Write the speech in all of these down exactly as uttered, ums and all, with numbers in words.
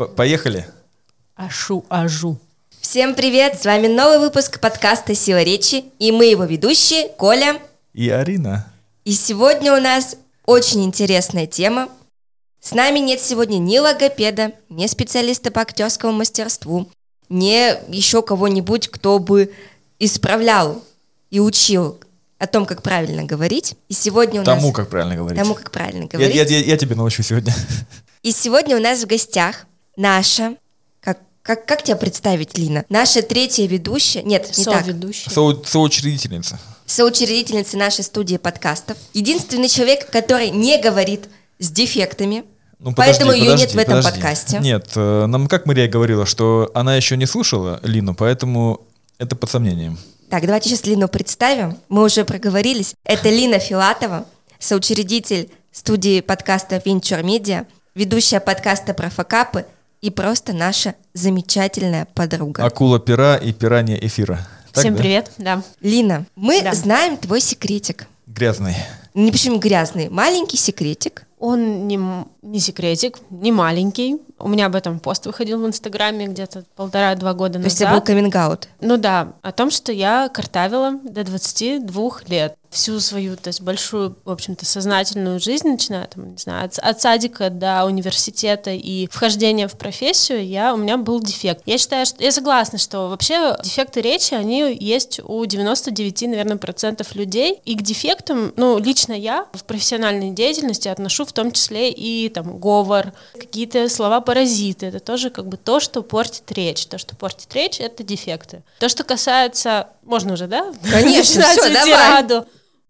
Поехали. Ашу, ажу. Всем привет, с вами новый выпуск подкаста «Сила речи», и мы его ведущие Коля и Арина. И сегодня у нас очень интересная тема. С нами нет сегодня ни логопеда, ни специалиста по актерскому мастерству, ни еще кого-нибудь, кто бы исправлял и учил о том, как правильно говорить. И сегодня у Тому, нас... как правильно говорить. Тому, как правильно говорить. Я, я, я, я тебе научу сегодня. И сегодня у нас в гостях наша... Как, как, как тебя представить, Лина? Наша третья ведущая... Нет, не так. Соведущая. Со, соучредительница. Соучредительница нашей студии подкастов. Единственный человек, который не говорит с дефектами. Ну, поэтому подожди, ее подожди, нет в этом подожди. подкасте. Нет, э, нам как Мария говорила, что она еще не слушала Лину, поэтому это под сомнением. Так, давайте сейчас Лину представим. Мы уже проговорились. Это Лина Филатова, соучредитель студии подкаста Venture Media, ведущая подкаста про факапы и просто наша замечательная подруга. Акула пера и пиранья эфира. Так, Всем да? привет, да. Лина, мы Да. знаем твой секретик. Грязный. Не почему грязный, маленький секретик. Он не, м- не секретик, не маленький. У меня об этом пост выходил в Инстаграме где-то полтора-два года То есть это был назад. каминг-аут. Ну да, о том, что я картавила до двадцати двух лет. Всю свою, то есть большую, в общем-то, сознательную жизнь, начиная там, не знаю, от, от садика до университета и вхождения в профессию, я, у меня был дефект. Я считаю, что я согласна, что вообще дефекты речи, они есть у девяноста девяти, наверное, процентов людей. И к дефектам, ну, лично я в профессиональной деятельности отношу в том числе и там говор, какие-то слова-паразиты. Это тоже как бы то, что портит речь. То, что портит речь, это дефекты. То, что касается... Можно уже, да? Конечно, Начинать всё, давай. тираду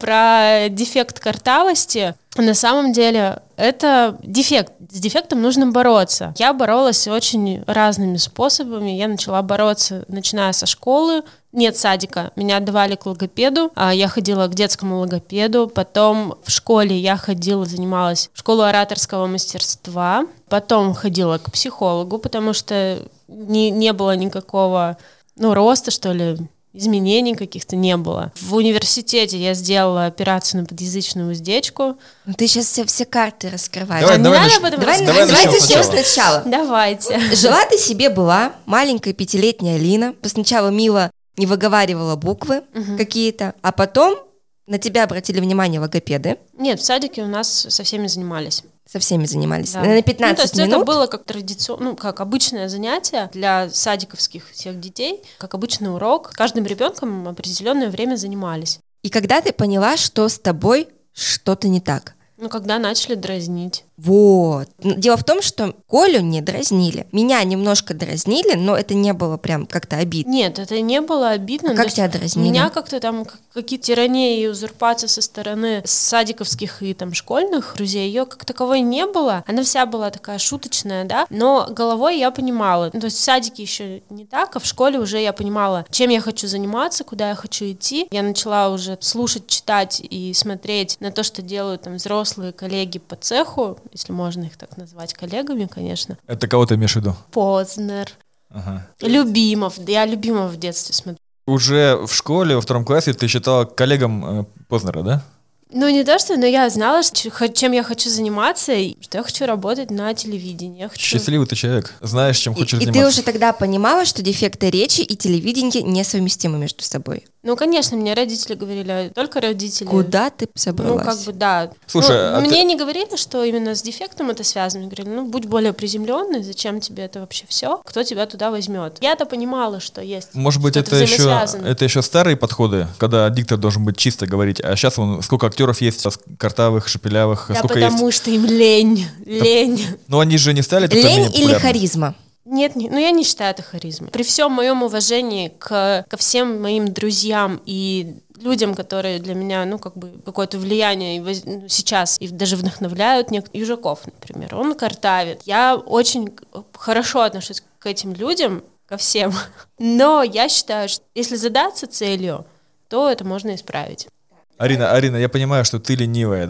про дефект картавости. На самом деле это дефект. С дефектом нужно бороться. Я боролась очень разными способами. Я начала бороться, начиная со школы. Нет садика. Меня отдавали к логопеду. а Я ходила к детскому логопеду. Потом в школе я ходила, занималась в школу ораторского мастерства. Потом ходила к психологу, потому что не, не было никакого, ну, роста, что ли, изменений каких-то не было. В университете я сделала операцию на подъязычную уздечку. Ну, ты сейчас все, все карты раскрываешь. Давай, А не давай надо нач- об этом Давай, Давай давай начнем начнем сначала. сначала. Давайте. Жила ты себе была маленькая пятилетняя Лина. Сначала мило не выговаривала буквы Мгм. какие-то, а потом на тебя обратили внимание логопеды. Нет, в садике у нас со всеми занимались. Со всеми занимались. Да. На Ну, пятнадцать то есть минут. это было как традиционное, ну, как обычное занятие для садиковских всех детей, как обычный урок. С каждым ребенком определенное время занимались. И когда ты поняла, что с тобой что-то не так? Ну, когда начали дразнить. Вот. Дело в том, что Колю не дразнили. Меня немножко дразнили, но это не было прям как-то обидно. Нет, это не было обидно. А То как есть тебя дразнили? Меня как-то там к- какие-то тирании и узурпации со стороны садиковских и там школьных друзей, ее как таковой не было. Она вся была такая шуточная, да, но головой я понимала. Ну, то есть в садике еще не так, а в школе уже я понимала, чем я хочу заниматься, куда я хочу идти. Я начала уже слушать, читать и смотреть на то, что делают там взрослые коллеги по цеху, если можно их так назвать коллегами, конечно. Это кого ты имеешь в виду? Познер, Ага. Любимов. Я Любимов в детстве смотрела. Уже в школе, во втором классе ты считала коллегом э, Познера, да? Ну, не то, что, но я знала, что- хо- чем я хочу заниматься, и что я хочу работать на телевидении. Я хочу... Счастливый ты человек. Знаешь, чем И, хочешь и ты заниматься. уже тогда понимала, что дефекты речи и телевидение несовместимы между собой. Ну, конечно, мне родители говорили, а только родители. Куда ты Ну, собралась? как бы, да. Слушай, Ну, а мне ты- не говорили, что именно с дефектом это связано. Мне говорили, ну, будь более приземленный, зачем тебе это вообще все? Кто тебя туда возьмет? Я-то понимала, что есть. Может быть, что это еще, взаимосвязано. это еще старые подходы, когда диктор должен быть чисто говорить, а сейчас вон, сколько актеров есть, картавых, шепелявых, Да, сколько потому есть. что им лень, лень. Ну, они же не стали только Лень менее или популярны. харизма? Нет, не- ну я не считаю это харизмой. При всем моем уважении к, ко всем моим друзьям и людям, которые для меня, ну, как бы, какое-то влияние и воз- ну, сейчас и даже вдохновляют, нек- Южаков, например, он картавит. Я очень к- хорошо отношусь к этим людям, ко всем, но я считаю, что если задаться целью, то это можно исправить. Арина, Арина, я понимаю, что ты ленивая, да?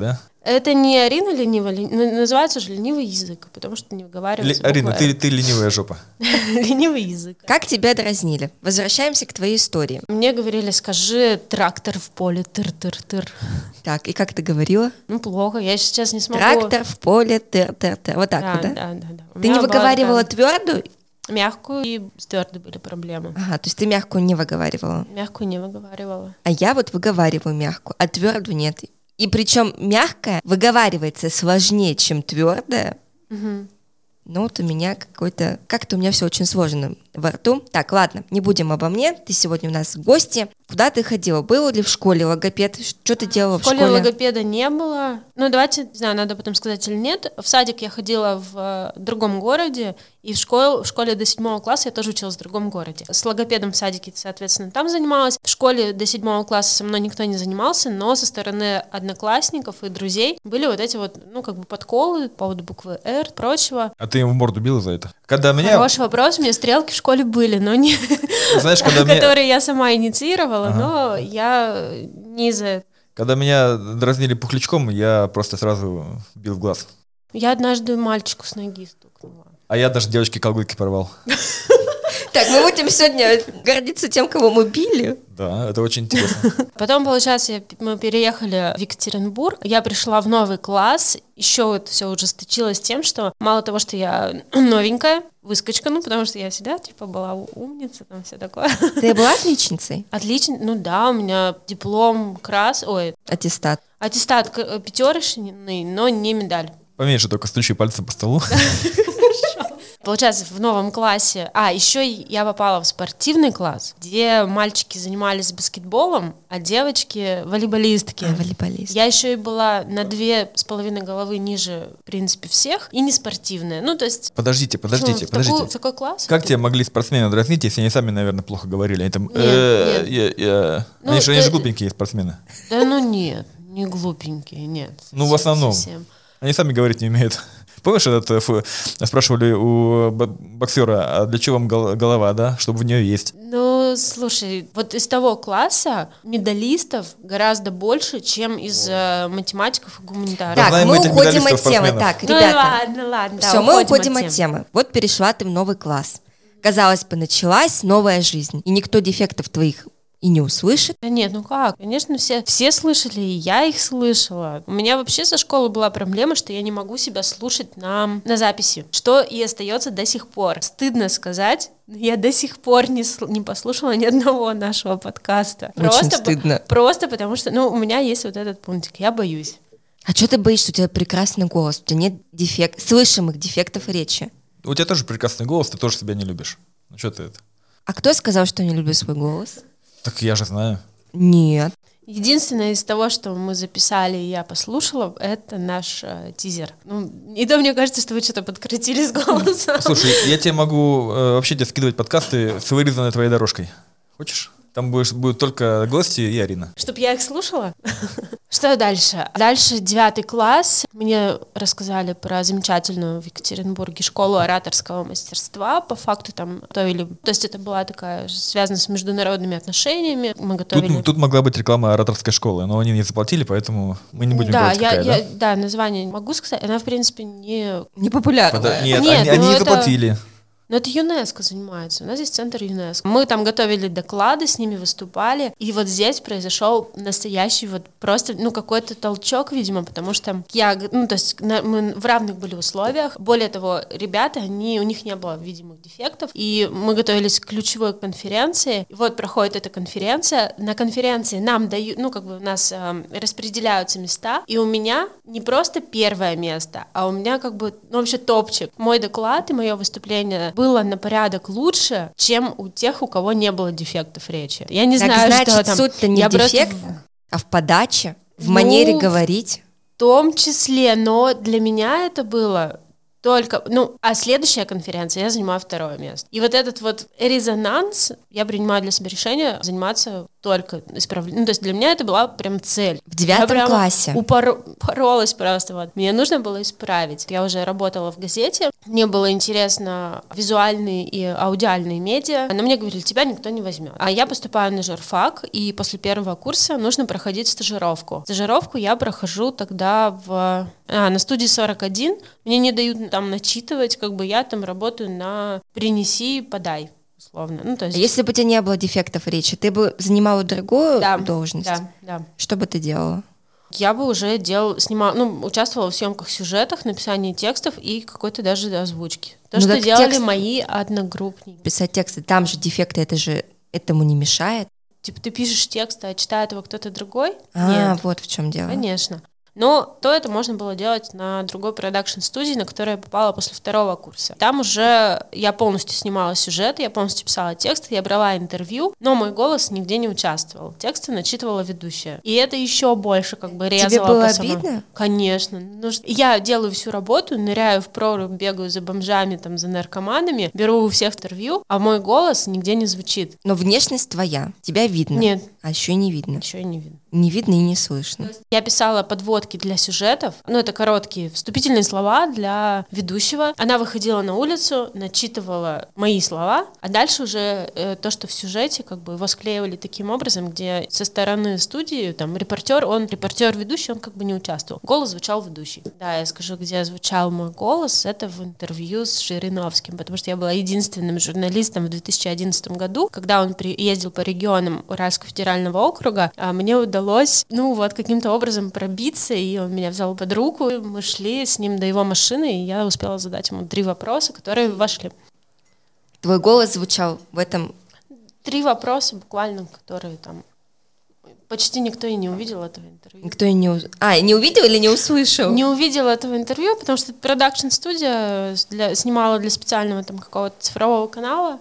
Это не Арина ленивая, ли- н- называется же ленивый язык, потому что не Ли- выговаривается. Арина, буква ты, «Р». ты ленивая жопа. Ленивый язык. Как тебя дразнили? Возвращаемся к твоей истории. Мне говорили, скажи трактор в поле, тыр-тыр-тыр. Так, и как ты говорила? Ну, плохо, я сейчас не смогу. Трактор в поле, тыр-тыр-тыр. Вот так Да, вот, да? да, да, да. У Ты меня не была выговаривала такая твердую? мягкую, и с твердой были проблемы. Ага, то есть ты мягкую не выговаривала. Мягкую не выговаривала. А я вот выговариваю мягкую, а твердую нет. И причем мягкая выговаривается сложнее, чем твердая. Мгм. Но вот у меня какой-то... Как-то у меня все очень сложно во рту. Так, ладно, не будем обо мне. Ты сегодня у нас в гости. Куда ты ходила? Был ли в школе логопед? Что ты делала В в школе школе? логопеда не было. Ну, давайте, не знаю, надо потом сказать или нет. В садик я ходила в э, другом городе, и в школе, в школе до седьмого класса я тоже училась в другом городе. С логопедом в садике, соответственно, там занималась. В школе до седьмого класса со мной никто не занимался, но со стороны одноклассников и друзей были вот эти вот, ну, как бы подколы по поводу буквы «Р» и прочего. А ты ему в морду била за это? Когда меня... Хороший вопрос. У меня стрелки в школе были, но не... Знаешь, когда меня... которые я сама инициировала, Ага. но я не из-за... Когда меня дразнили пухлячком, я просто сразу бил в глаз. Я однажды мальчику с ноги стукнула. А я даже девочке колготки порвал. Так, мы будем сегодня гордиться тем, кого мы били. Да, это очень интересно. Потом, получается, я- мы переехали в Екатеринбург. Я пришла в новый класс. Еще вот все ужесточилось тем, что мало того, что я новенькая, выскочка, ну, потому что я всегда, типа, была у- умница, там все такое. Ты была отличницей? Отлично. Ну да, у меня диплом крас... Ой, Аттестат. аттестат к- пятерочный, но не медаль. Поменьше только стучи пальцем по столу. Получается, в новом классе... А, еще я попала в спортивный класс, где мальчики занимались баскетболом, а девочки — волейболистки. А, волейболист. Я еще и была на две с половиной головы ниже, в принципе, всех, и не спортивная. Ну, то есть... Подождите, подождите, в такой- подождите. в такой класс? Как тебя могли спортсмены дразнить, если они сами, наверное, плохо говорили? Они там, Нет, э, нет. я- я- Ну, Они же они же э, глупенькие спортсмены. Да ну нет, не глупенькие, нет. Ну, в основном. Совсем. Они сами говорить не умеют. Помнишь, этот, э, фу, спрашивали у б- боксера, а для чего вам гол- голова, да? Чтобы в нее есть. Ну, слушай, вот из того класса медалистов гораздо больше, чем из э, математиков и гуманитариев. Так, знаем мы этих уходим медалистов, от темы. спортсменов. Так, Ну ребята, ладно, ладно, да, все, мы уходим от от темы. Вот перешла ты в новый класс. Казалось бы, началась новая жизнь, и никто дефектов твоих и не услышит. Да нет, ну как? Конечно, все, все слышали, и я их слышала. У меня вообще со школы была проблема, что я не могу себя слушать на, на записи, что и остается до сих пор. Стыдно сказать, но я до сих пор не, сл- не послушала ни одного нашего подкаста. Очень по- стыдно. Просто потому что, ну, у меня есть вот этот пунктик, я боюсь. А что ты боишься? У тебя прекрасный голос, у тебя нет дефект, слышимых дефектов речи. У тебя тоже прекрасный голос, ты тоже себя не любишь. Ну что ты это? А кто сказал, что я не люблю свой голос? Так я же знаю. Нет. Единственное из того, что мы записали и я послушала, это наш э, тизер. Ну, и то мне кажется, что вы что-то подкрутили с голосом. Слушай, я тебе могу э, вообще тебе скидывать подкасты с вырезанной твоей дорожкой. Хочешь? Там будешь, будут только гости и Арина. Чтоб я их слушала? Что дальше? Дальше девятый класс. Мне рассказали про замечательную в Екатеринбурге школу ораторского мастерства. По факту там готовили... То есть это была такая, связана с международными отношениями. Мы готовили... Тут, тут могла быть реклама ораторской школы, но они не заплатили, поэтому мы не будем да, говорить, я, какая, я, да? да, название могу сказать. Она, в принципе, не... Непопулярно. Пода- Нет, Нет, они, ну они не это- заплатили. Но это ЮНЕСКО занимается. У нас есть центр ЮНЕСКО. Мы там готовили доклады, с ними выступали. И вот здесь произошел настоящий вот просто, ну, какой-то толчок, видимо, потому что я, ну, то есть на- мы в равных были условиях. Более того, ребята, они, у них не было видимых дефектов. И мы готовились к ключевой конференции. И вот проходит эта конференция. На конференции нам дают, ну, как бы у нас э, распределяются места. И у меня не просто первое место, а у меня как бы, ну, вообще топчик. Мой доклад и мое выступление было на порядок лучше, чем у тех, у кого не было дефектов речи. Я не Так знаю, значит, что там. суть-то не Я в просто дефект, в- а в подаче, в Ну, манере в- говорить. В том числе, но для меня это было только, ну, а следующая конференция, я занимаю второе место. И вот этот вот резонанс, я принимаю для себя решение заниматься только исправлять. Ну, то есть для меня это была прям цель. В девятом классе? Упор... Упоролась просто. Вот. Мне нужно было исправить. Я уже работала в газете, мне было интересно визуальные и аудиальные медиа, но мне говорили, тебя никто не возьмет. А я поступаю на журфак, и после первого курса нужно проходить стажировку. Стажировку я прохожу тогда в... А, на студии сорок один. Мне не дают там начитывать, как бы я там работаю на «принеси, подай». Условно. Ну, то есть... Если бы у тебя не было дефектов речи, ты бы занимала другую да, должность? Да, да. Что бы ты делала? Я бы уже делала, снимала, ну, участвовала в съемках сюжетов, написании текстов и какой-то даже озвучки. То, ну, что делали текст... мои одногруппники. Писать тексты, там же дефекты, это же этому не мешает? Типа ты пишешь текст, а читает его кто-то другой? А, Нет. Вот в чем дело. Конечно. Но то это можно было делать на другой продакшн-студии, на которую я попала после второго курса. Там уже я полностью снимала сюжеты, я полностью писала тексты, я брала интервью, но мой голос нигде не участвовал. Тексты начитывала ведущая. И это еще больше как бы резало. Тебе было по обидно? Самому. Конечно. Ну, я делаю всю работу, ныряю в прорубь, бегаю за бомжами, там, за наркоманами, беру у всех интервью, а мой голос нигде не звучит. Но внешность твоя, тебя видно. Нет. А еще и не видно. Еще и не видно. Не видно и не слышно. Я писала подводки для сюжетов, ну это короткие вступительные слова для ведущего. Она выходила на улицу, начитывала мои слова, а дальше уже э, то, что в сюжете, как бы его склеивали таким образом, где со стороны студии, там, репортер, он, репортер-ведущий, он как бы не участвовал. Голос звучал ведущий. Да, я скажу, где звучал мой голос, это в интервью с Жириновским, потому что я была единственным журналистом в две тысячи одиннадцатом году, когда он при... ездил по регионам Уральского федерального округа, а мне удалось ну вот каким-то образом пробиться, и он меня взял под руку, и мы шли с ним до его машины, и я успела задать ему три вопроса, которые вошли. Твой голос звучал в этом? Три вопроса буквально, которые там... Почти никто и не увидел этого интервью. Никто и не... У... А, не увидел или не услышал? Не увидел этого интервью, потому что продакшн-студия для... снимала для специального там какого-то цифрового канала.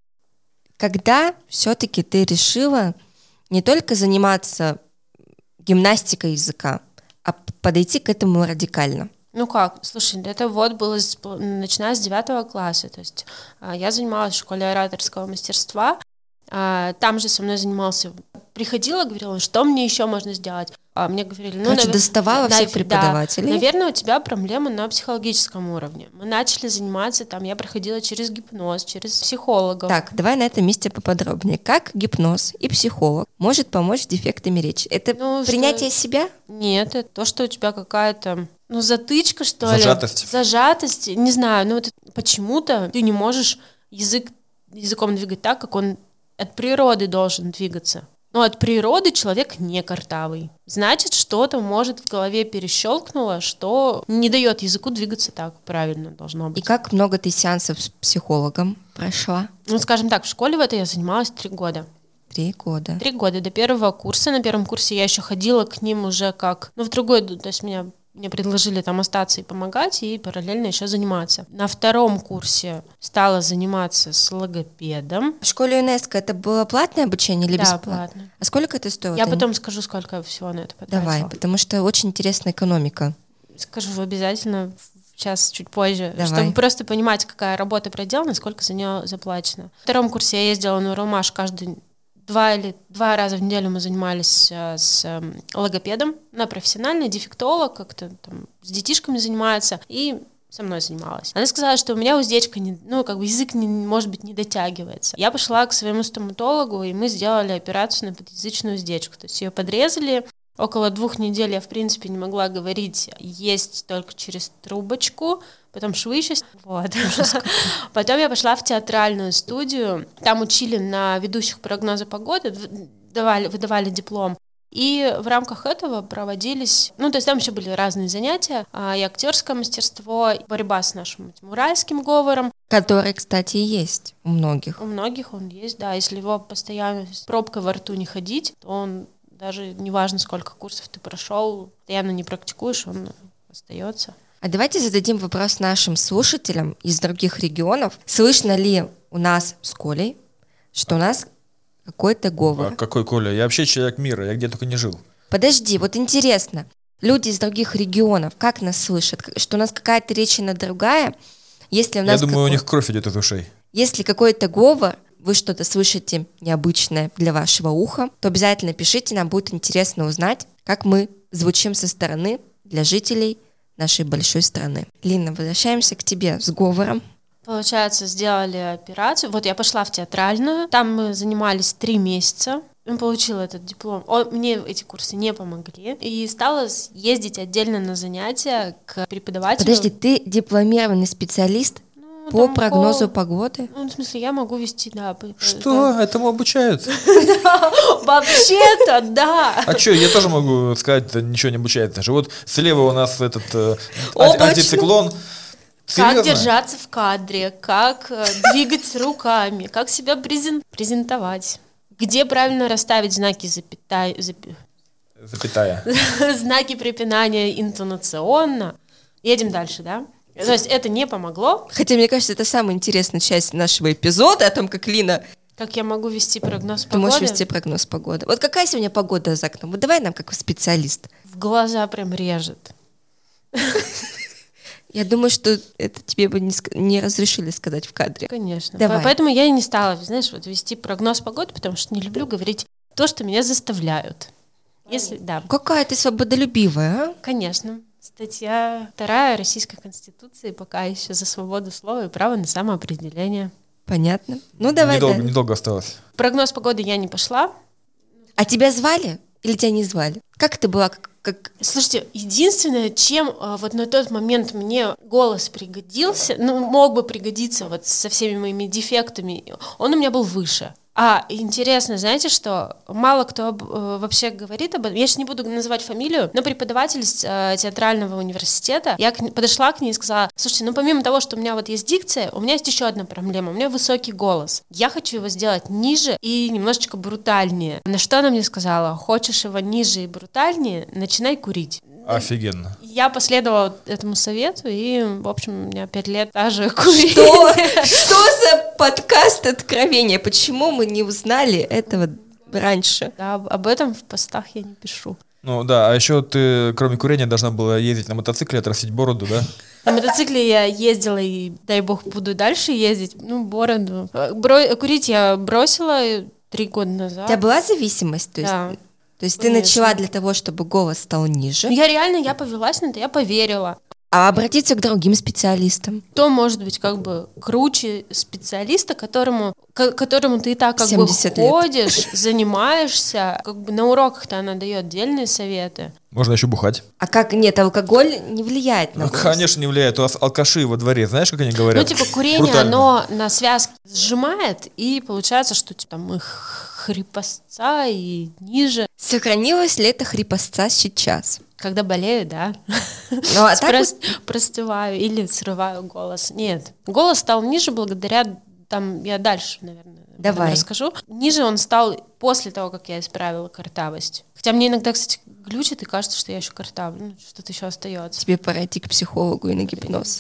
Когда все-таки ты решила не только заниматься гимнастикой языка, а подойти к этому радикально? Ну как, слушай, это вот было с, начиная с девятого класса, то есть а, я занималась в школе ораторского мастерства, а, там же со мной занимался, приходила, говорила, что мне еще можно сделать, а мне говорили, ну, Короче, навер... доставала да, всех преподавателей? Да, наверное, у тебя проблемы на психологическом уровне. Мы начали заниматься, там, я проходила через гипноз, через психологов. Так, давай на этом месте поподробнее. Как гипноз и психолог может помочь с дефектами речи? Это ну, принятие что... себя? Нет, это то, что у тебя какая-то, ну, затычка, что Зажатость. ли. Зажатость. Зажатость, не знаю, ну, вот почему-то ты не можешь язык, языком двигать так, как он от природы должен двигаться. Но от природы человек не картавый. Значит, что-то, может, в голове перещелкнуло, что не дает языку двигаться так правильно должно быть. И как много ты сеансов с психологом прошла? Ну, скажем так, в школе в этой я занималась три года. Три года. Три года до первого курса. На первом курсе я еще ходила к ним уже как... Ну, в другой, то есть меня... Мне предложили там остаться и помогать, и параллельно еще заниматься. На втором курсе стала заниматься с логопедом. В школе ЮНЕСКО это было платное обучение или да, бесплатное? Да, платное. А сколько это стоило? Я потом скажу, сколько всего на это потратила. Давай, потому что очень интересная экономика. Скажу обязательно сейчас, чуть позже, Давай. Чтобы просто понимать, какая работа проделана, сколько за нее заплачено. На втором курсе я ездила на Уралмаш каждый Два или два раза в неделю мы занимались а, с а, логопедом, на профессиональный дефектолог, как-то там с детишками занимается, и со мной занималась. Она сказала, что у меня уздечка, не, ну, как бы язык, не, может быть, не дотягивается. Я пошла к своему стоматологу, и мы сделали операцию на подъязычную уздечку. То есть ее подрезали. Около двух недель я, в принципе, не могла говорить, есть только через трубочку, потом швы еще. Вот. Потом я пошла в театральную студию, там учили на ведущих прогноза погоды, давали, выдавали диплом. И в рамках этого проводились, ну, то есть там еще были разные занятия, и актерское мастерство, борьба с нашим этим уральским говором. Который, кстати, есть у многих. У многих он есть, да. Если его постоянно с пробкой во рту не ходить, то он... Даже неважно, сколько курсов ты прошел, постоянно не практикуешь, он остается. А давайте зададим вопрос нашим слушателям из других регионов. Слышно ли у нас с Колей, что у нас какой-то говор? А какой Коля? Я вообще человек мира, я где только не жил. Подожди, вот интересно, люди из других регионов, как нас слышат? Что у нас какая-то речь, она другая? Если у нас я думаю, какой... у них кровь идет от ушей. Если какой-то говор вы что-то слышите необычное для вашего уха, то обязательно пишите, нам будет интересно узнать, как мы звучим со стороны для жителей нашей большой страны. Лина, возвращаемся к тебе с говором. Получается, сделали операцию. Вот я пошла в театральную, там мы занимались три месяца. Я получила этот диплом. О, мне эти курсы не помогли. И стала ездить отдельно на занятия к преподавателю. Подожди, ты дипломированный специалист ну, по прогнозу по... погоды? Ну, в смысле, я могу вести, да. Что? Да. Этому обучают? Вообще-то, да. А что, я тоже могу сказать, ничего не обучает. Вот слева у нас этот антициклон. Серьезно? Как держаться в кадре, как двигать руками, как себя презен... презентовать, где правильно расставить знаки запятая, запи... запятая. знаки препинания интонационно. Едем дальше, да? То есть это не помогло. Хотя, мне кажется, это самая интересная часть нашего эпизода о том, как Лина... Как я могу вести прогноз Ты погоды? Ты можешь вести прогноз погоды. Вот какая сегодня погода за окном? Вот давай нам как специалист. В глаза прям режет. Я думаю, что это тебе бы не, не разрешили сказать в кадре. Конечно. Давай. Поэтому я и не стала, знаешь, вот вести прогноз погоды, потому что не люблю говорить то, что меня заставляют. Если, да. Какая ты свободолюбивая, а? Конечно. Статья вторая Российской Конституции пока еще за свободу слова и право на самоопределение. Понятно. Ну давай. Недолго, да. недолго осталось. В прогноз погоды я не пошла. А тебя звали или тебя не звали? Как ты была? Как, как... Слушайте, единственное, чем а, вот на тот момент мне голос пригодился, ну, мог бы пригодиться вот со всеми моими дефектами, он у меня был выше. А интересно, знаете, что мало кто об, э, вообще говорит об этом. Я сейчас не буду называть фамилию, но преподаватель с э, театрального университета, я к, подошла к ней и сказала: слушайте, ну помимо того, что у меня вот есть дикция, у меня есть еще одна проблема, у меня высокий голос. Я хочу его сделать ниже и немножечко брутальнее. На что она мне сказала: хочешь его ниже и брутальнее, начинай курить. Офигенно. Я последовала этому совету, и, в общем, у меня пять лет даже курение. Что? Что за подкаст откровения? Почему мы не узнали этого раньше? Да, об этом в постах я не пишу. Ну да, а еще ты, кроме курения, должна была ездить на мотоцикле, отрастить бороду, да? На мотоцикле я ездила, и, дай бог, буду дальше ездить. Ну, бороду. Бро... Курить я бросила три года назад. У тебя была зависимость? То есть... Да. То есть Конечно. Ты начала для того, чтобы голос стал ниже? Я реально, я повелась на это, я поверила. А обратиться к другим специалистам? Кто может быть как бы круче специалиста, которому, к которому ты и так как бы ходишь, лет. занимаешься, как бы на уроках-то она дает дельные советы. Можно еще бухать. А как? Нет, алкоголь не влияет на ну, голос. Конечно, не влияет. У нас алкаши во дворе, знаешь, как они говорят? Ну, типа, курение, оно на связке сжимает, и получается, что типа, мы хрипосца и ниже. Сохранилась ли это хрипосца сейчас? Когда болею, да. Ну, а так Прос- вот... Простываю или срываю голос. Нет, голос стал ниже благодаря, там, я дальше, наверное, Давай. расскажу. Ниже он стал после того, как я исправила картавость. Хотя мне иногда, кстати, глючит и кажется, что я еще картавлю, ну, что-то еще остается. Тебе пора идти к психологу и на гипноз.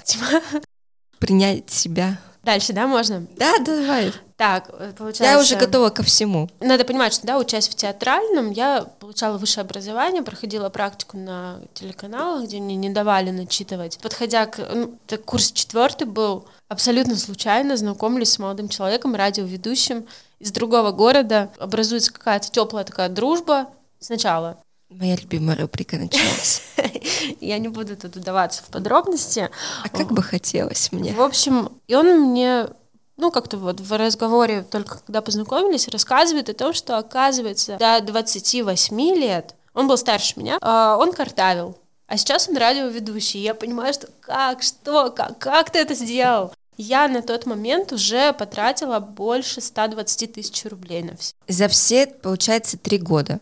Принять себя. Дальше, да, можно? Да, давай. Так, получается... Я уже готова ко всему. Надо понимать, что, да, учась в театральном, я получала высшее образование, проходила практику на телеканалах, где мне не давали начитывать. Подходя к... Ну, так курс четвертый был, абсолютно случайно знакомлюсь с молодым человеком, радиоведущим из другого города. Образуется какая-то теплая такая дружба сначала. Моя любимая рубрика началась. Я не буду тут вдаваться в подробности. А как бы хотелось мне. В общем, и он мне, ну, как-то вот в разговоре, только когда познакомились, рассказывает о том, что, оказывается, до двадцати восьми лет, он был старше меня, он картавил. А сейчас он радиоведущий. Я понимаю, что как, что, как, как ты это сделал? Я на тот момент уже потратила больше ста двадцати тысяч рублей на все. За все, получается, три года.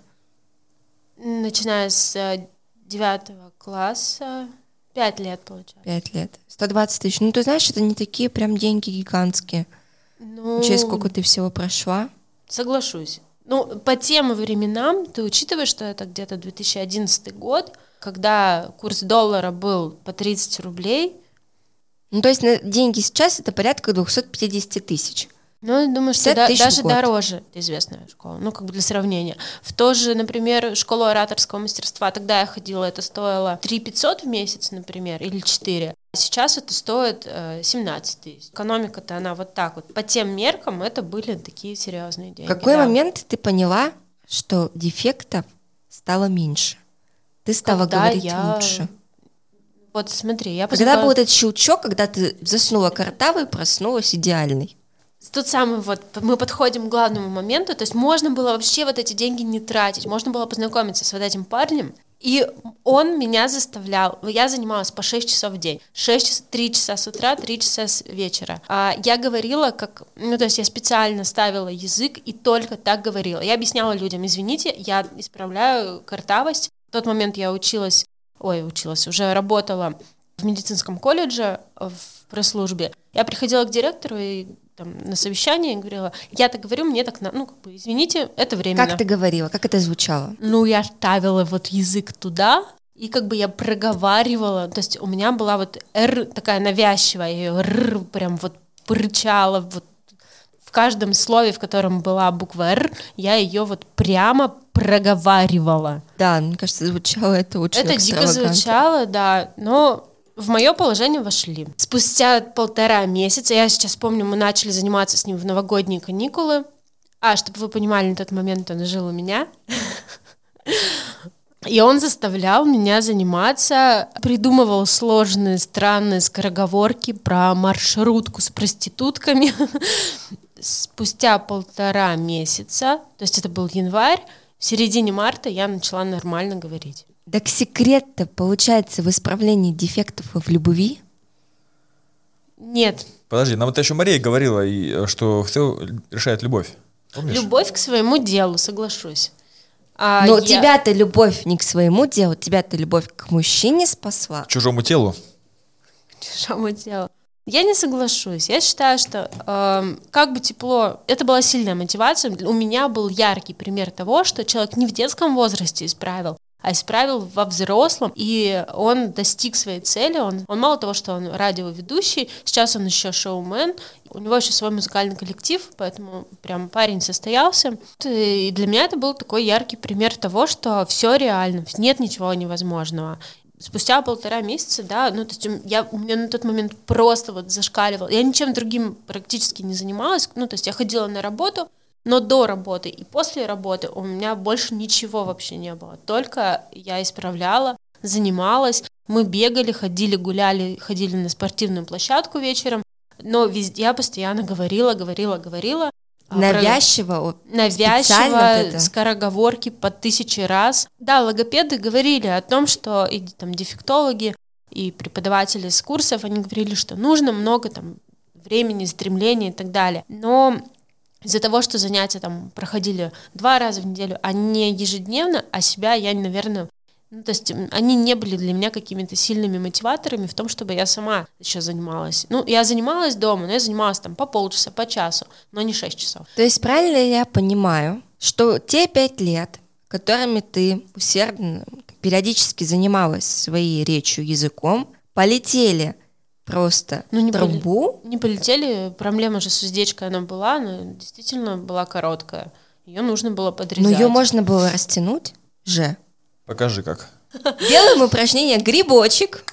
Начиная с девятого класса, пять лет, получается. Пять лет. сто двадцать тысяч. Ну, ты знаешь, это не такие прям деньги гигантские. Ну, Учесть, сколько ты всего прошла. Соглашусь. Ну, по тем временам, ты учитываешь, что это где-то две тысячи одиннадцатый год, когда курс доллара был по тридцать рублей. Ну, то есть на деньги сейчас это порядка двести пятьдесят тысяч. Ну, я думаю, что да, даже дороже известная школа, ну, как бы для сравнения. В то же, например, школу ораторского мастерства, тогда я ходила, это стоило три тысячи пятьсот в месяц, например, или четыре. Сейчас это стоит э, семнадцать тысяч. Экономика-то она вот так вот. По тем меркам это были такие серьезные деньги. В какой да. момент ты поняла, что дефектов стало меньше? Ты стала Когда говорить я... лучше. Вот смотри, я Когда познаком... был этот щелчок, когда ты заснула картавой и проснулась идеальной? Тут самый вот, мы подходим к главному моменту, то есть можно было вообще вот эти деньги не тратить, можно было познакомиться с вот этим парнем, и он меня заставлял, я занималась по шесть часов в день, шесть, три часа с утра, три часа с вечера. А я говорила, как, ну то есть я специально ставила язык и только так говорила. Я объясняла людям, извините, я исправляю картавость. В тот момент я училась, ой, училась, уже работала в медицинском колледже, в пресс-службе. Я приходила к директору и там, на совещание и говорила, я так говорю, мне так, на... ну, как бы, извините, это временно. Как ты говорила, как это звучало? Ну, я ставила вот язык туда, и как бы я проговаривала, то есть у меня была вот «р» такая навязчивая, я ее «р» прям вот порычала, вот в каждом слове, в котором была буква «р», я ее вот прямо проговаривала. Да, мне кажется, звучало это очень Это дико экстравагантно. звучало, да, но... В мое положение вошли. Спустя полтора месяца, я сейчас помню, мы начали заниматься с ним в новогодние каникулы. А, чтобы вы понимали, на тот момент он жил у меня. И он заставлял меня заниматься, придумывал сложные, странные скороговорки про маршрутку с проститутками. Спустя полтора месяца, то есть это был январь, в середине марта я начала нормально говорить. Так секрет-то, получается, в исправлении дефектов в любви? Нет. Подожди, нам это еще Мария говорила, и, что все решает любовь. Помнишь? Любовь к своему делу, соглашусь. А Но я... тебя-то любовь не к своему делу, тебя-то любовь к мужчине спасла. К чужому телу. К чужому делу. Я не соглашусь. Я считаю, что э, как бы тепло... Это была сильная мотивация. У меня был яркий пример того, что человек не в детском возрасте исправил, а исправил во взрослом, и он достиг своей цели. Он, он мало того, что он радиоведущий, сейчас он еще шоумен, у него еще свой музыкальный коллектив, поэтому прям парень состоялся. И для меня это был такой яркий пример того, что все реально, нет ничего невозможного. Спустя полтора месяца, да, ну, то есть я, у меня на тот момент просто вот зашкаливал. Я ничем другим практически не занималась, ну, то есть я ходила на работу, но до работы и после работы у меня больше ничего вообще не было. Только я исправляла, занималась. Мы бегали, ходили, гуляли, ходили на спортивную площадку вечером. Но везде я постоянно говорила, говорила, говорила. Навязчиво? Про... Навязчиво, скороговорки по тысяче раз. Да, логопеды говорили о том, что и там дефектологи, и преподаватели с курсов, они говорили, что нужно много там времени, стремления и так далее. Но из-за того, что занятия там проходили два раза в неделю, а не ежедневно, а себя я, наверное, ну, то есть они не были для меня какими-то сильными мотиваторами в том, чтобы я сама еще занималась. Ну, я занималась дома, но я занималась там по полчаса, по часу, но не шесть часов. То есть правильно ли я понимаю, что те пять лет, которыми ты усердно, периодически занималась своей речью, языком, полетели просто ну, не в трубу? Поли... Не полетели, проблема же с уздечкой она была, но действительно была короткая. Ее нужно было подрезать. Но ее можно было растянуть же. Покажи как. Делаем упражнение грибочек.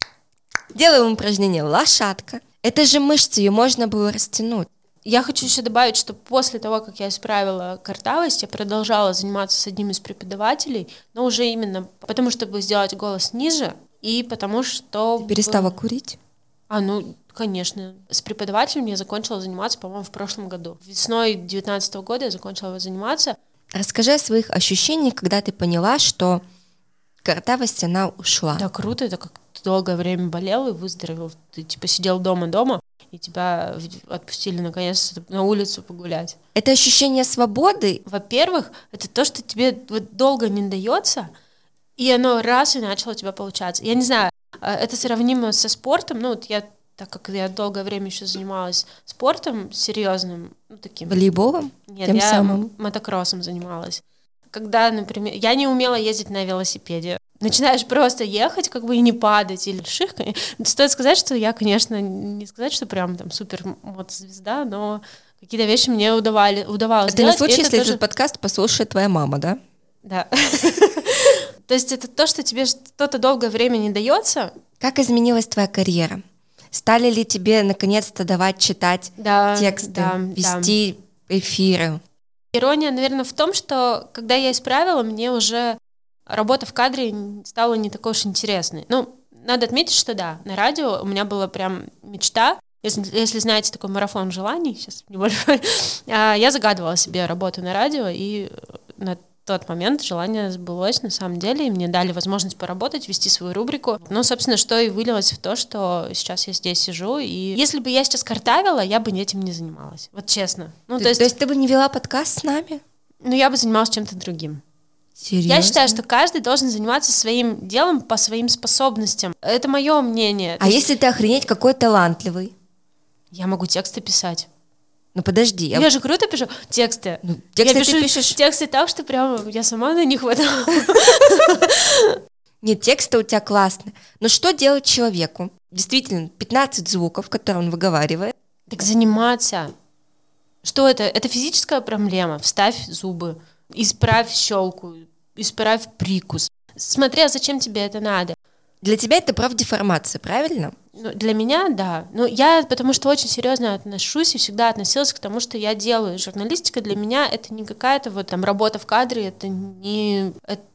Делаем упражнение лошадка. Это же мышцы, ее можно было растянуть. Я хочу еще добавить, что после того, как я исправила картавость, я продолжала заниматься с одним из преподавателей, но уже именно потому, чтобы сделать голос ниже, и потому что... Ты перестала курить? А, ну, конечно. С преподавателем я закончила заниматься, по-моему, в прошлом году. Весной две тысячи девятнадцатого года я закончила заниматься. Расскажи о своих ощущениях, когда ты поняла, что картавость, она ушла. Да, круто, это как ты долгое время болел и выздоровел. Ты, типа, сидел дома-дома, и тебя отпустили, наконец, на улицу погулять. Это ощущение свободы? Во-первых, это то, что тебе вот долго не дается, и оно раз и начало у тебя получаться. Я не знаю, это сравнимо со спортом, ну, вот я... так как я долгое время еще занималась спортом серьезным, ну, таким... Волейболом? Нет, Тем я самым. мотокроссом занималась. Когда, например, я не умела ездить на велосипеде. Начинаешь просто ехать, как бы и не падать, или ших. Стоит сказать, что я, конечно, не сказать, что прям там супер мотозвезда, но какие-то вещи мне удавали, удавалось это делать. Это на случай, если тоже... этот подкаст послушает твоя мама, да? Да. То есть это то, что тебе что-то долгое время не дается, Как изменилась твоя карьера? Стали ли тебе наконец-то давать читать Да, тексты, да, вести да. эфиры? Ирония, наверное, в том, что когда я исправила, мне уже работа в кадре стала не такой уж интересной. Ну, надо отметить, что да, на радио у меня была прям мечта. Если, если знаете такой марафон желаний, сейчас небольшой, я загадывала себе работу на радио, и на тот момент желание сбылось на самом деле, и мне дали возможность поработать, вести свою рубрику. Ну, собственно, что и вылилось в то, что сейчас я здесь сижу, и если бы я сейчас картавила, я бы этим не занималась, вот честно. Ну, Ты, то, есть, то есть ты бы не вела подкаст с нами? Ну, я бы занималась чем-то другим. Серьезно? Я считаю, что каждый должен заниматься своим делом по своим способностям. Это мое мнение. А если ты охренеть какой талантливый? Я могу тексты писать. Ну подожди. Я, я же круто пишу тексты. Ну, тексты я пишу ты пишешь... тексты так, что прям я сама на них хватала. Нет, тексты у тебя классные. Но что делать человеку? Действительно, пятнадцать звуков, которые он выговаривает. Так заниматься. Что это? Это физическая проблема. Вставь зубы, исправь щелку, исправь прикус. Смотря, зачем тебе это надо. Для тебя это профдеформация, правильно? Ну, для меня, да. Ну, я потому что очень серьезно отношусь и всегда относилась к тому, что я делаю. Журналистика для меня это не какая-то вот там работа в кадре, это не...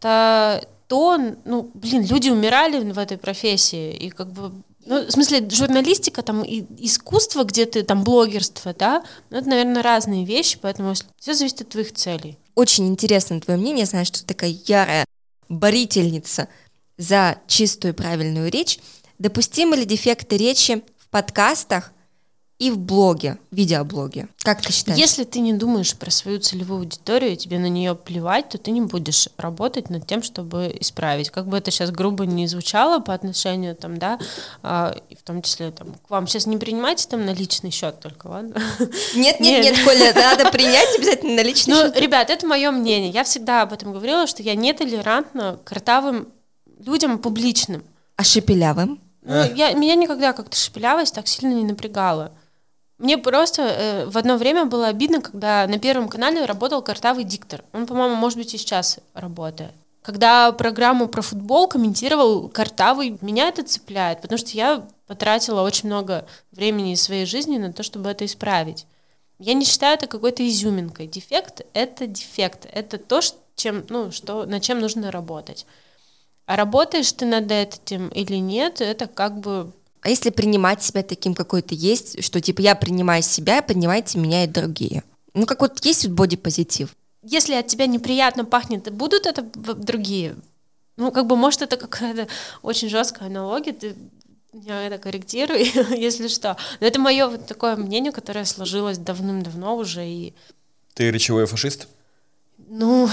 Это то, ну, блин, люди умирали в этой профессии, и как бы... Ну, в смысле, журналистика, там, и искусство, где ты, там, блогерство, да, ну, это, наверное, разные вещи, поэтому все зависит от твоих целей. Очень интересно твое мнение. Я знаю, что ты такая ярая борительница за чистую и правильную речь. Допустимы ли дефекты речи в подкастах и в блоге, видеоблоге? Как ты считаешь? Если ты не думаешь про свою целевую аудиторию, и тебе на нее плевать, то ты не будешь работать над тем, чтобы исправить. Как бы это сейчас грубо не звучало по отношению, там, да, а, и в том числе там, к вам. Сейчас не принимайте там на личный счет только, ладно? Нет, нет, нет, Коля, надо принять обязательно на личный счет. Ну, ребят, это мое мнение. Я всегда об этом говорила, что я нетолерантна к картавым людям публичным. А шепелявым? Ну, я, меня никогда как-то шепелявость так сильно не напрягала. Мне просто э, в одно время было обидно, когда на Первом канале работал картавый диктор. Он, по-моему, может быть, и сейчас работает. Когда программу про футбол комментировал картавый, меня это цепляет, потому что я потратила очень много времени из своей жизни на то, чтобы это исправить. Я не считаю это какой-то изюминкой. Дефект — это дефект. Это то, чем, ну, что, над чем нужно работать. А работаешь ты над этим или нет, это как бы... А если принимать себя таким, какой ты есть, что типа я принимаю себя, принимайте меня и другие? Ну как вот есть вот бодипозитив? Если от тебя неприятно пахнет, будут это другие? Ну как бы может это какая-то очень жесткая аналогия, ты меня это корректируй, если что. Но это мое вот такое мнение, которое сложилось давным-давно уже. И... Ты речевой фашист? Ну,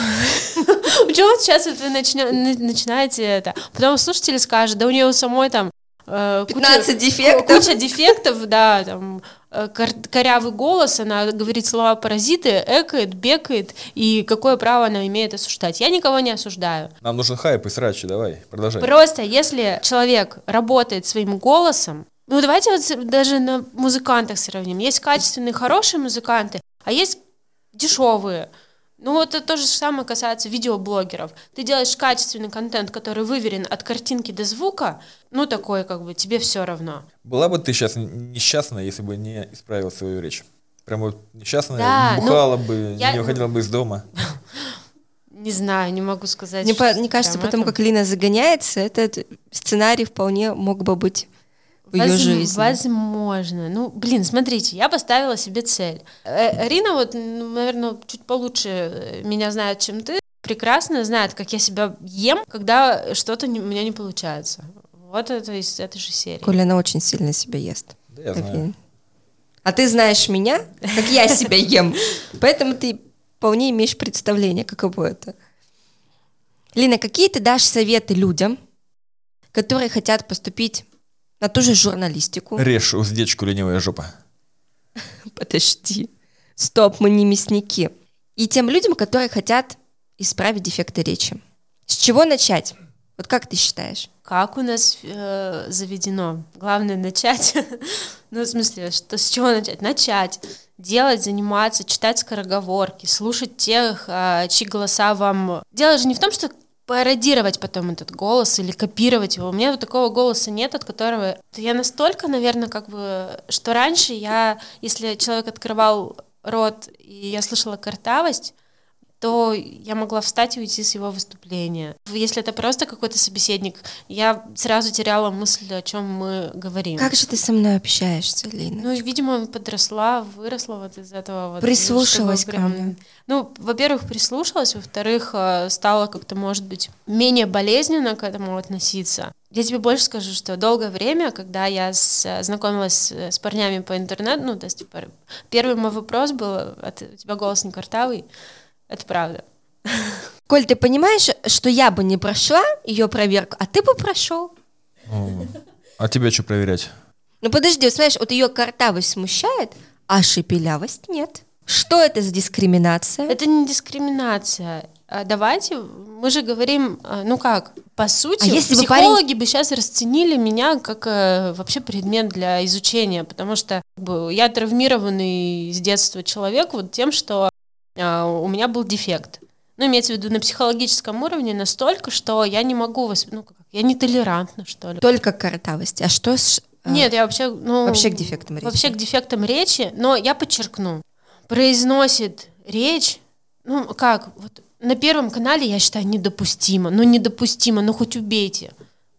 почему сейчас вот вы начня... начинаете это? Потом слушатели скажут, да у нее самой там э, пятнадцать куча, дефектов. Куча дефектов, да, там э, кор- корявый голос, она говорит слова паразиты, экает, бекает, и какое право она имеет осуждать? Я никого не осуждаю. Нам нужен хайп и срачи, давай, продолжай. Просто если человек работает своим голосом, ну давайте вот даже на музыкантах сравним. Есть качественные, хорошие музыканты, а есть дешевые. Ну вот это то же самое касается видеоблогеров. Ты делаешь качественный контент, который выверен от картинки до звука, ну такой как бы тебе все равно. Была бы ты сейчас несчастна, если бы не исправила свою речь? Прям вот несчастная, да, бухала ну, бы, я... не выходила бы из дома? Не знаю, не могу сказать. Мне, по, мне кажется, потому это... как Лина загоняется, этот сценарий вполне мог бы быть в ее Воз... жизни. Возможно. Ну, блин, смотрите, я поставила себе цель. Э, Рина вот, ну, наверное, чуть получше меня знает, чем ты. Прекрасно знает, как я себя ем, когда что-то не, у меня не получается. Вот это из этой же серии. Коля, она очень сильно себя ест. Да, я знаю. А ты знаешь меня, как я себя ем. Поэтому ты вполне имеешь представление, каково это. Лина, какие ты дашь советы людям, которые хотят поступить на ту же журналистику? Режь уздечку, ленивая жопа. Подожди. Стоп, мы не мясники. И тем людям, которые хотят исправить дефекты речи. С чего начать? Вот как ты считаешь? Как у нас э, заведено? Главное начать. Ну, в смысле, что, с чего начать? Начать. Делать, заниматься, читать скороговорки, слушать тех, э, чьи голоса вам... Дело же не в том, что пародировать потом этот голос или копировать его. У меня вот такого голоса нет, от которого... Я настолько, наверное, как бы... Что раньше я, если человек открывал рот, и я слышала картавость, то я могла встать и уйти с его выступления. Если это просто какой-то собеседник, я сразу теряла мысль, о чем мы говорим. Как же ты со мной общаешься, Лина? Ну, видимо, подросла, выросла вот из этого. Вот, прислушалась прям... ко мне. Ну, во-первых, прислушалась, во-вторых, стала как-то, может быть, менее болезненно к этому относиться. Я тебе больше скажу, что долгое время, когда я с, знакомилась с парнями по интернету, ну, то есть, типа, первый мой вопрос был: а ты, у тебя голос не картавый? Это правда. Коль, ты понимаешь, что я бы не прошла ее проверку, а ты бы прошел? О, а тебя что проверять? Ну подожди, вот, смотришь, вот ее картавость смущает, а шепелявость нет. Что это за дискриминация? Это не дискриминация. А давайте, мы же говорим, ну как, по сути, а если психологи бы, парень... бы сейчас расценили меня как э, вообще предмет для изучения, потому что как бы, я травмированный с детства человек вот тем, что э, у меня был дефект. Ну, имеется в виду на психологическом уровне настолько, что я не могу, восп... ну как, я нетолерантна, что ли. Только картавость. А что с... Нет, я вообще... Ну, вообще к дефектам речи. Вообще к дефектам речи, но я подчеркну. Произносит речь, ну как, вот на Первом канале, я считаю, недопустимо. Ну недопустимо, ну хоть убейте.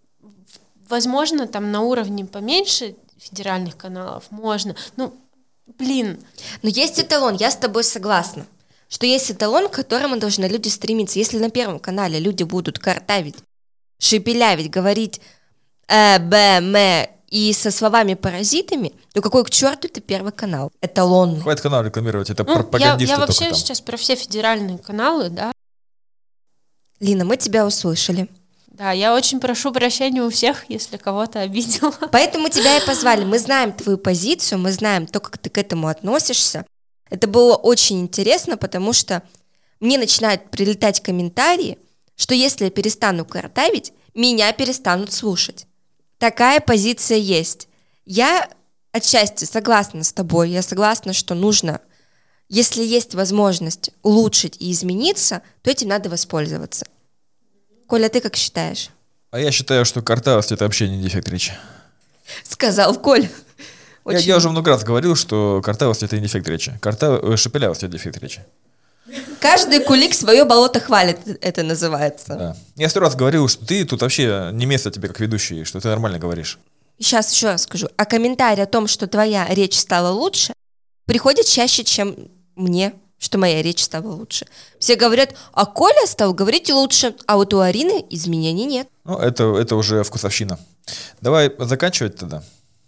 Возможно, там на уровне поменьше федеральных каналов можно. Ну, блин. Но есть эталон, я с тобой согласна. Что есть эталон, к которому должны люди стремиться. Если на Первом канале люди будут картавить, шепелявить, говорить э, б, м и со словами-паразитами, то какой к черту это Первый канал? Эталонный. Хватит канал рекламировать, это ну, пропагандисты я, я только вообще там. сейчас про все федеральные каналы, да. Лина, мы тебя услышали. Да, я очень прошу прощения у всех, если кого-то обидела. Поэтому тебя и позвали. Мы знаем твою позицию, мы знаем то, как ты к этому относишься. Это было очень интересно, потому что мне начинают прилетать комментарии, что если я перестану картавить, меня перестанут слушать. Такая позиция есть. Я отчасти согласна с тобой, я согласна, что нужно, если есть возможность улучшить и измениться, то этим надо воспользоваться. Коля, ты как считаешь? А я считаю, что картавость — это вообще не дефект речи. Сказал Коля. Я, я уже много раз говорил, что картавость — это не дефект речи. Карта... Шепелявость — это дефект речи. Каждый кулик свое болото хвалит, это называется. Да. Я сто раз говорил, что ты тут вообще не место тебе как ведущий, что ты нормально говоришь. Сейчас еще раз скажу. А комментарий о том, что твоя речь стала лучше, приходит чаще, чем мне, что моя речь стала лучше. Все говорят, а Коля стал говорить лучше, а вот у Арины изменений нет. Ну, это, это уже вкусовщина. Давай заканчивать тогда.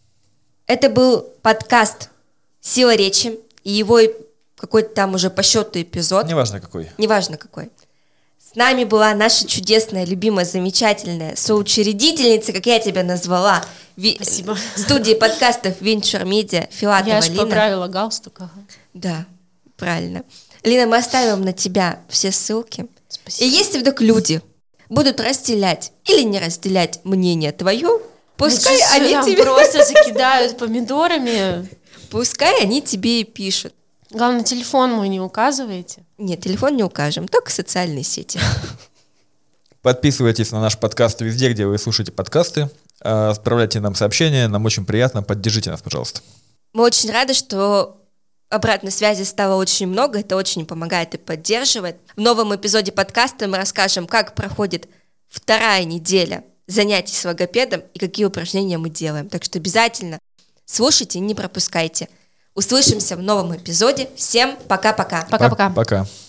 Это был подкаст «Сила речи» и его какой-то там уже по счету эпизод. Неважно какой. Неважно какой. С нами была наша чудесная, любимая, замечательная соучредительница, как я тебя назвала, ви- Спасибо. студии подкастов Venture Media Филатова Я аж Лина. поправила галстук. Ага. Да, правильно. Лина, мы оставим на тебя все ссылки. Спасибо. И если вдруг люди будут разделять или не разделять мнение твое, пускай Ну, они там тебе... просто закидают помидорами. Пускай они тебе и пишут. Главное, телефон мой не указываете. Нет, телефон не укажем, только социальные сети. Подписывайтесь на наш подкаст везде, где вы слушаете подкасты. Отправляйте нам сообщения, нам очень приятно. Поддержите нас, пожалуйста. Мы очень рады, что обратной связи стало очень много, это очень помогает и поддерживает. В новом эпизоде подкаста мы расскажем, как проходит вторая неделя занятий с логопедом и какие упражнения мы делаем. Так что обязательно слушайте и не пропускайте. Услышимся в новом эпизоде. Всем пока-пока. Пока-пока. Пока.